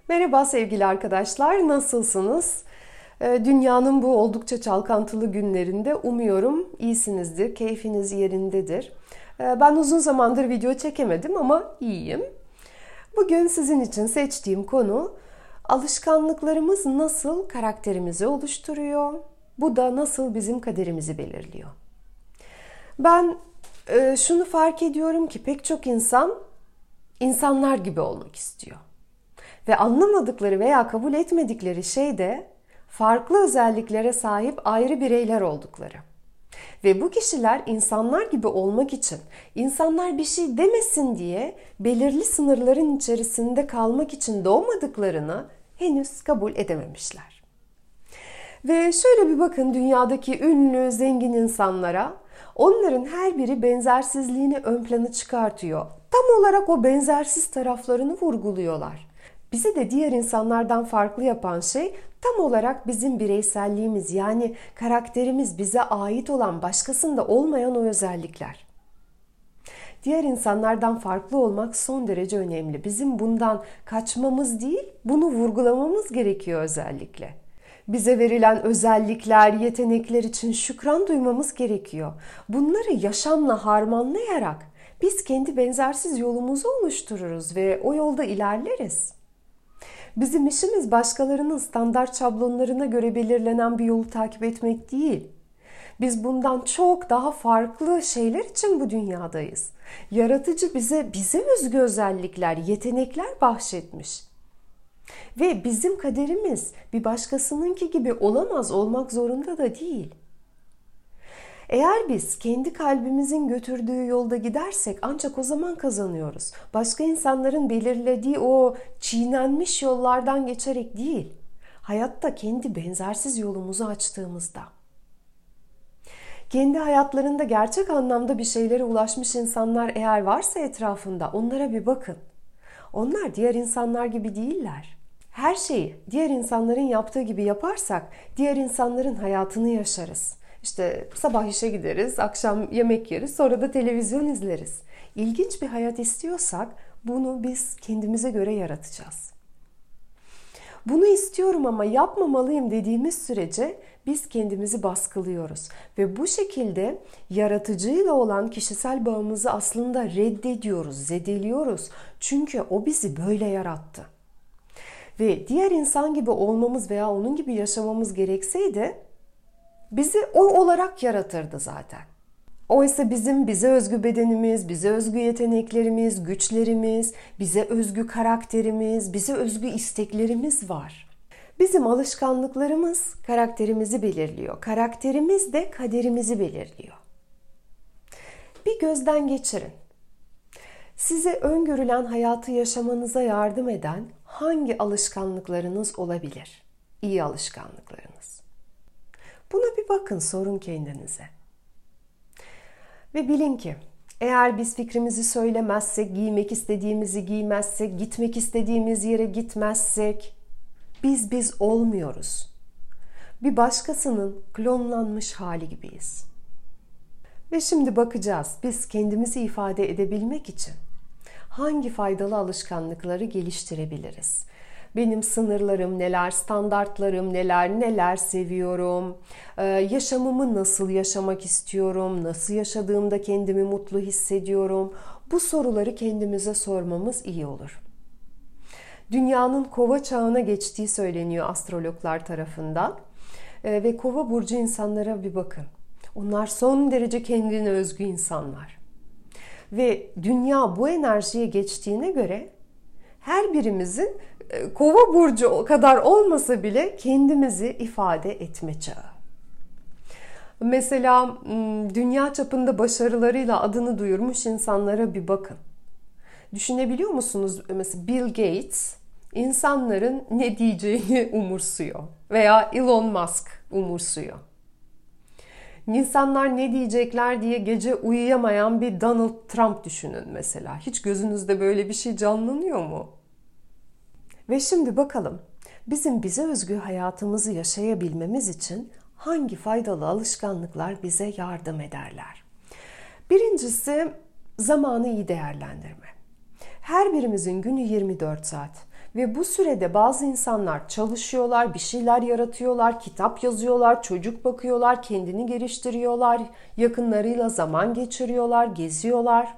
Merhaba sevgili arkadaşlar, nasılsınız? Dünyanın bu oldukça çalkantılı günlerinde umuyorum iyisinizdir, keyfiniz yerindedir. Ben uzun zamandır video çekemedim ama iyiyim. Bugün sizin için seçtiğim konu alışkanlıklarımız nasıl karakterimizi oluşturuyor, bu da nasıl bizim kaderimizi belirliyor. Ben şunu fark ediyorum ki pek çok insan insanlar gibi olmak istiyor. Ve anlamadıkları veya kabul etmedikleri şey de farklı özelliklere sahip ayrı bireyler oldukları. Ve bu kişiler insanlar gibi olmak için, insanlar bir şey demesin diye belirli sınırların içerisinde kalmak için doğmadıklarını henüz kabul edememişler. Ve şöyle bir bakın dünyadaki ünlü, zengin insanlara, onların her biri benzersizliğini ön plana çıkartıyor. Tam olarak o benzersiz taraflarını vurguluyorlar. Bizi de diğer insanlardan farklı yapan şey tam olarak bizim bireyselliğimiz, yani karakterimiz, bize ait olan, başkasında olmayan o özellikler. Diğer insanlardan farklı olmak son derece önemli. Bizim bundan kaçmamız değil, bunu vurgulamamız gerekiyor özellikle. Bize verilen özellikler, yetenekler için şükran duymamız gerekiyor. Bunları yaşamla harmanlayarak biz kendi benzersiz yolumuzu oluştururuz ve o yolda ilerleriz. Bizim işimiz başkalarının standart şablonlarına göre belirlenen bir yolu takip etmek değil. Biz bundan çok daha farklı şeyler için bu dünyadayız. Yaratıcı bize özgü özellikler, yetenekler bahşetmiş. Ve bizim kaderimiz bir başkasınınki gibi olamaz, olmak zorunda da değil. Eğer biz kendi kalbimizin götürdüğü yolda gidersek ancak o zaman kazanıyoruz. Başka insanların belirlediği o çiğnenmiş yollardan geçerek değil, hayatta kendi benzersiz yolumuzu açtığımızda. Kendi hayatlarında gerçek anlamda bir şeylere ulaşmış insanlar eğer varsa etrafında, onlara bir bakın. Onlar diğer insanlar gibi değiller. Her şeyi diğer insanların yaptığı gibi yaparsak diğer insanların hayatını yaşarız. İşte sabah işe gideriz, akşam yemek yeriz, sonra da televizyon izleriz. İlginç bir hayat istiyorsak bunu biz kendimize göre yaratacağız. Bunu istiyorum ama yapmamalıyım dediğimiz sürece biz kendimizi baskılıyoruz. Ve bu şekilde yaratıcıyla olan kişisel bağımızı aslında reddediyoruz, zedeliyoruz. Çünkü o bizi böyle yarattı. Ve diğer insan gibi olmamız veya onun gibi yaşamamız gerekseydi bizi o olarak yaratırdı zaten. Oysa bize özgü bedenimiz, bize özgü yeteneklerimiz, güçlerimiz, bize özgü karakterimiz, bize özgü isteklerimiz var. Bizim alışkanlıklarımız karakterimizi belirliyor. Karakterimiz de kaderimizi belirliyor. Bir gözden geçirin. Size öngörülen hayatı yaşamanıza yardım eden hangi alışkanlıklarınız olabilir? İyi alışkanlıklarınız. Buna bir bakın, sorun kendinize. Ve bilin ki eğer biz fikrimizi söylemezsek, giymek istediğimizi giymezsek, gitmek istediğimiz yere gitmezsek biz olmuyoruz. Bir başkasının klonlanmış hali gibiyiz. Ve şimdi bakacağız biz kendimizi ifade edebilmek için hangi faydalı alışkanlıkları geliştirebiliriz? Benim sınırlarım neler, standartlarım neler seviyorum, yaşamımı nasıl yaşamak istiyorum, nasıl yaşadığımda kendimi mutlu hissediyorum. Bu soruları kendimize sormamız iyi olur. Dünyanın kova çağına geçtiği söyleniyor astrologlar tarafından. Ve kova burcu insanlara bir bakın. Onlar son derece kendine özgü insanlar. Ve dünya bu enerjiye geçtiğine göre her birimizin kova burcu kadar olmasa bile kendimizi ifade etme çağı. Mesela dünya çapında başarılarıyla adını duyurmuş insanlara bir bakın. Düşünebiliyor musunuz? Mesela Bill Gates insanların ne diyeceğini umursuyor. Veya Elon Musk umursuyor. İnsanlar ne diyecekler diye gece uyuyamayan bir Donald Trump düşünün mesela. Hiç gözünüzde böyle bir şey canlanıyor mu? Ve şimdi bakalım bize özgü hayatımızı yaşayabilmemiz için hangi faydalı alışkanlıklar bize yardım ederler? Birincisi zamanı iyi değerlendirme. Her birimizin günü 24 saat. Ve bu sürede bazı insanlar çalışıyorlar, bir şeyler yaratıyorlar, kitap yazıyorlar, çocuk bakıyorlar, kendini geliştiriyorlar, yakınlarıyla zaman geçiriyorlar, geziyorlar.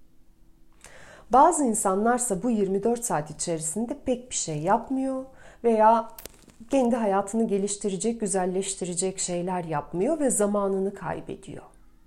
Bazı insanlarsa bu 24 saat içerisinde pek bir şey yapmıyor veya kendi hayatını geliştirecek, güzelleştirecek şeyler yapmıyor ve zamanını kaybediyor.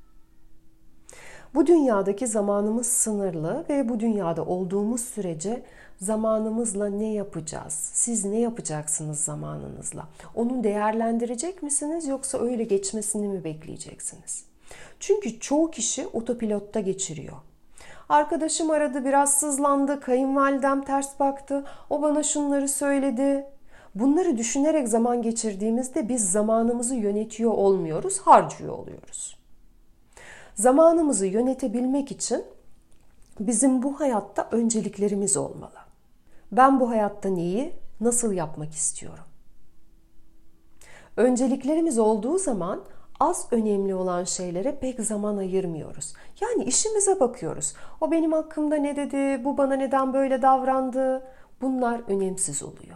Bu dünyadaki zamanımız sınırlı ve bu dünyada olduğumuz sürece zamanımızla ne yapacağız? Siz ne yapacaksınız zamanınızla? Onu değerlendirecek misiniz yoksa öyle geçmesini mi bekleyeceksiniz? Çünkü çoğu kişi otopilotta geçiriyor. Arkadaşım aradı, biraz sızlandı, kayınvalidem ters baktı, o bana şunları söyledi. Bunları düşünerek zaman geçirdiğimizde biz zamanımızı yönetiyor olmuyoruz, harcıyor oluyoruz. Zamanımızı yönetebilmek için bizim bu hayatta önceliklerimiz olmalı. Ben bu hayatta neyi, nasıl yapmak istiyorum? Önceliklerimiz olduğu zaman az önemli olan şeylere pek zaman ayırmıyoruz. Yani işimize bakıyoruz. O benim hakkımda ne dedi, bu bana neden böyle davrandı? Bunlar önemsiz oluyor.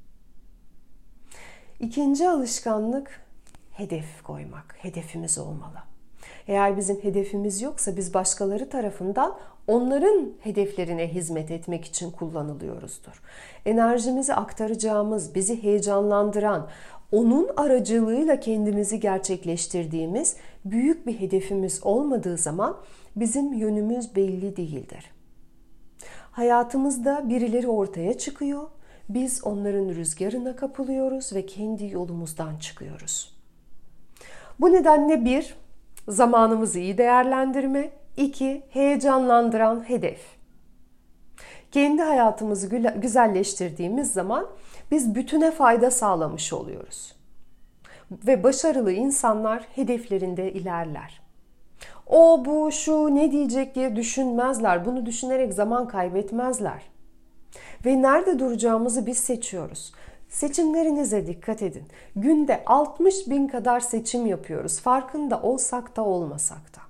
İkinci alışkanlık hedef koymak. Hedefimiz olmalı. Eğer bizim hedefimiz yoksa biz başkaları tarafından onların hedeflerine hizmet etmek için kullanılıyoruzdur. Enerjimizi aktaracağımız, bizi heyecanlandıran, onun aracılığıyla kendimizi gerçekleştirdiğimiz büyük bir hedefimiz olmadığı zaman bizim yönümüz belli değildir. Hayatımızda birileri ortaya çıkıyor, biz onların rüzgarına kapılıyoruz ve kendi yolumuzdan çıkıyoruz. Bu nedenle 1. Zamanımızı iyi değerlendirme, 2. Heyecanlandıran hedef. Kendi hayatımızı güzelleştirdiğimiz zaman biz bütüne fayda sağlamış oluyoruz. Ve başarılı insanlar hedeflerinde ilerler. O, bu, şu, ne diyecek diye düşünmezler. Bunu düşünerek zaman kaybetmezler. Ve nerede duracağımızı biz seçiyoruz. Seçimlerinize dikkat edin. Günde 60.000 kadar seçim yapıyoruz. Farkında olsak da olmasak da.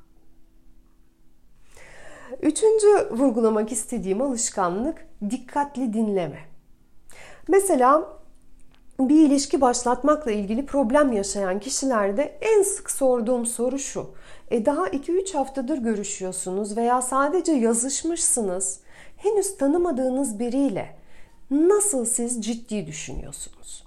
Üçüncü vurgulamak istediğim alışkanlık dikkatli dinleme. Mesela bir ilişki başlatmakla ilgili problem yaşayan kişilerde en sık sorduğum soru şu. Daha 2-3 haftadır görüşüyorsunuz veya sadece yazışmışsınız. Henüz tanımadığınız biriyle nasıl siz ciddi düşünüyorsunuz?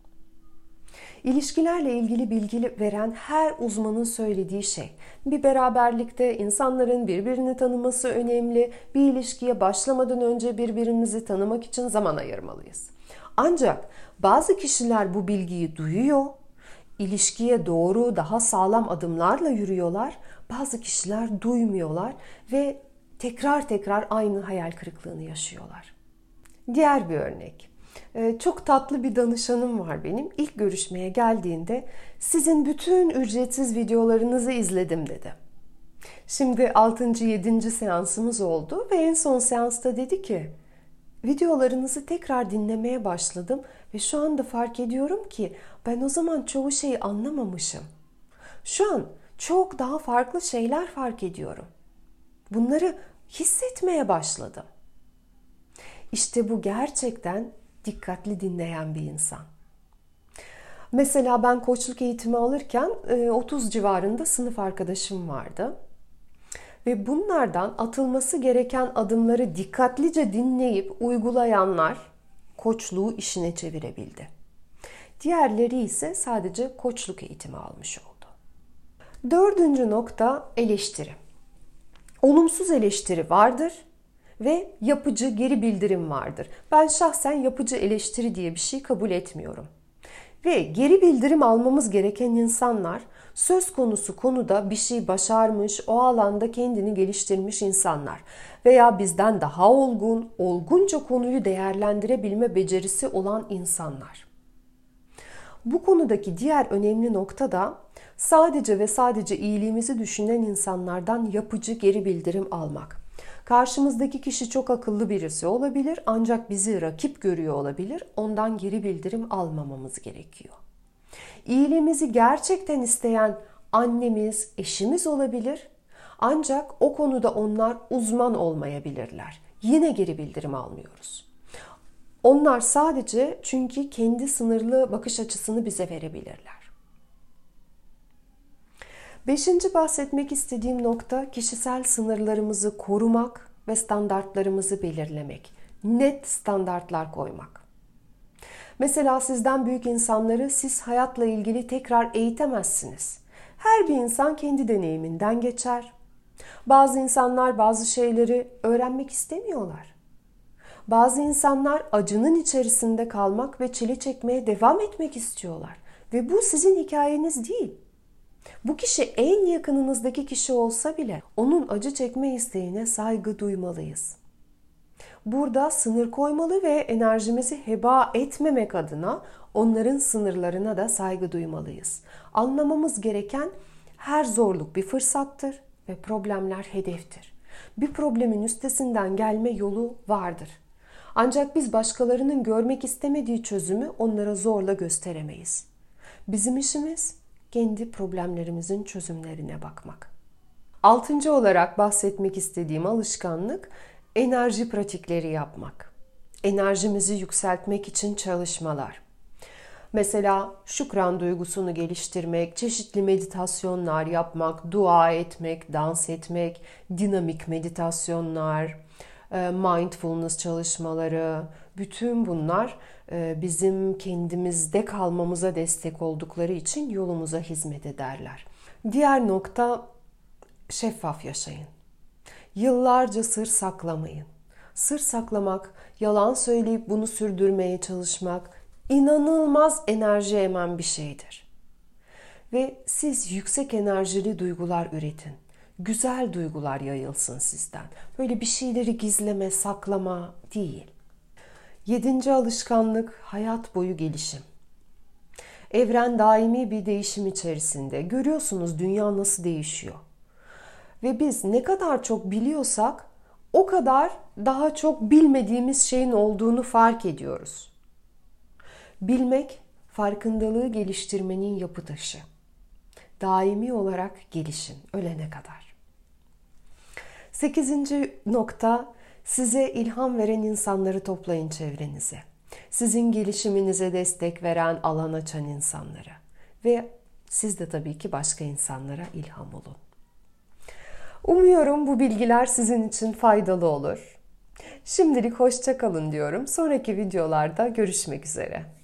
İlişkilerle ilgili bilgi veren her uzmanın söylediği şey, bir beraberlikte insanların birbirini tanıması önemli, bir ilişkiye başlamadan önce birbirimizi tanımak için zaman ayırmalıyız. Ancak bazı kişiler bu bilgiyi duyuyor, ilişkiye doğru daha sağlam adımlarla yürüyorlar, bazı kişiler duymuyorlar ve tekrar aynı hayal kırıklığını yaşıyorlar. Diğer bir örnek. Çok tatlı bir danışanım var benim. İlk görüşmeye geldiğinde sizin bütün ücretsiz videolarınızı izledim dedi. Şimdi 6. 7. seansımız oldu ve en son seansta dedi ki videolarınızı tekrar dinlemeye başladım ve şu anda fark ediyorum ki ben o zaman çoğu şeyi anlamamışım. Şu an çok daha farklı şeyler fark ediyorum. Bunları hissetmeye başladım. İşte bu gerçekten dikkatli dinleyen bir insan. Mesela ben koçluk eğitimi alırken 30 civarında sınıf arkadaşım vardı. Ve bunlardan atılması gereken adımları dikkatlice dinleyip uygulayanlar koçluğu işine çevirebildi. Diğerleri ise sadece koçluk eğitimi almış oldu. 4. nokta eleştiri. Olumsuz eleştiri vardır ve yapıcı geri bildirim vardır. Ben şahsen yapıcı eleştiri diye bir şey kabul etmiyorum. Ve geri bildirim almamız gereken insanlar söz konusu konuda bir şey başarmış, o alanda kendini geliştirmiş insanlar veya bizden daha olgunca konuyu değerlendirebilme becerisi olan insanlar. Bu konudaki diğer önemli nokta da sadece ve sadece iyiliğimizi düşünen insanlardan yapıcı geri bildirim almak. Karşımızdaki kişi çok akıllı birisi olabilir ancak bizi rakip görüyor olabilir. Ondan geri bildirim almamamız gerekiyor. İyiliğimizi gerçekten isteyen annemiz, eşimiz olabilir. Ancak o konuda onlar uzman olmayabilirler. Yine geri bildirim almıyoruz. Onlar sadece çünkü kendi sınırlı bakış açısını bize verebilirler. 5. bahsetmek istediğim nokta kişisel sınırlarımızı korumak ve standartlarımızı belirlemek. Net standartlar koymak. Mesela sizden büyük insanları siz hayatla ilgili tekrar eğitemezsiniz. Her bir insan kendi deneyiminden geçer. Bazı insanlar bazı şeyleri öğrenmek istemiyorlar. Bazı insanlar acının içerisinde kalmak ve çile çekmeye devam etmek istiyorlar. Ve bu sizin hikayeniz değil. Bu kişi en yakınınızdaki kişi olsa bile onun acı çekme isteğine saygı duymalıyız. Burada sınır koymalı ve enerjimizi heba etmemek adına onların sınırlarına da saygı duymalıyız. Anlamamız gereken her zorluk bir fırsattır ve problemler hedeftir. Bir problemin üstesinden gelme yolu vardır. Ancak biz başkalarının görmek istemediği çözümü onlara zorla gösteremeyiz. Bizim işimiz kendi problemlerimizin çözümlerine bakmak. 6. olarak bahsetmek istediğim alışkanlık enerji pratikleri yapmak. Enerjimizi yükseltmek için çalışmalar. Mesela şükran duygusunu geliştirmek, çeşitli meditasyonlar yapmak, dua etmek, dans etmek, dinamik meditasyonlar, mindfulness çalışmaları, bütün bunlar bizim kendimizde kalmamıza destek oldukları için yolumuza hizmet ederler. Diğer nokta şeffaf yaşayın. Yıllarca sır saklamayın. Sır saklamak, yalan söyleyip bunu sürdürmeye çalışmak inanılmaz enerji emen bir şeydir. Ve siz yüksek enerjili duygular üretin. Güzel duygular yayılsın sizden. Böyle bir şeyleri gizleme, saklama değil. 7. alışkanlık hayat boyu gelişim. Evren daimi bir değişim içerisinde. Görüyorsunuz dünya nasıl değişiyor. Ve biz ne kadar çok biliyorsak o kadar daha çok bilmediğimiz şeyin olduğunu fark ediyoruz. Bilmek, farkındalığı geliştirmenin yapı taşı. Daimi olarak gelişin, ölene kadar. 8. nokta, size ilham veren insanları toplayın çevrenize. Sizin gelişiminize destek veren, alan açan insanları. Ve siz de tabii ki başka insanlara ilham olun. Umuyorum bu bilgiler sizin için faydalı olur. Şimdilik hoşça kalın diyorum. Sonraki videolarda görüşmek üzere.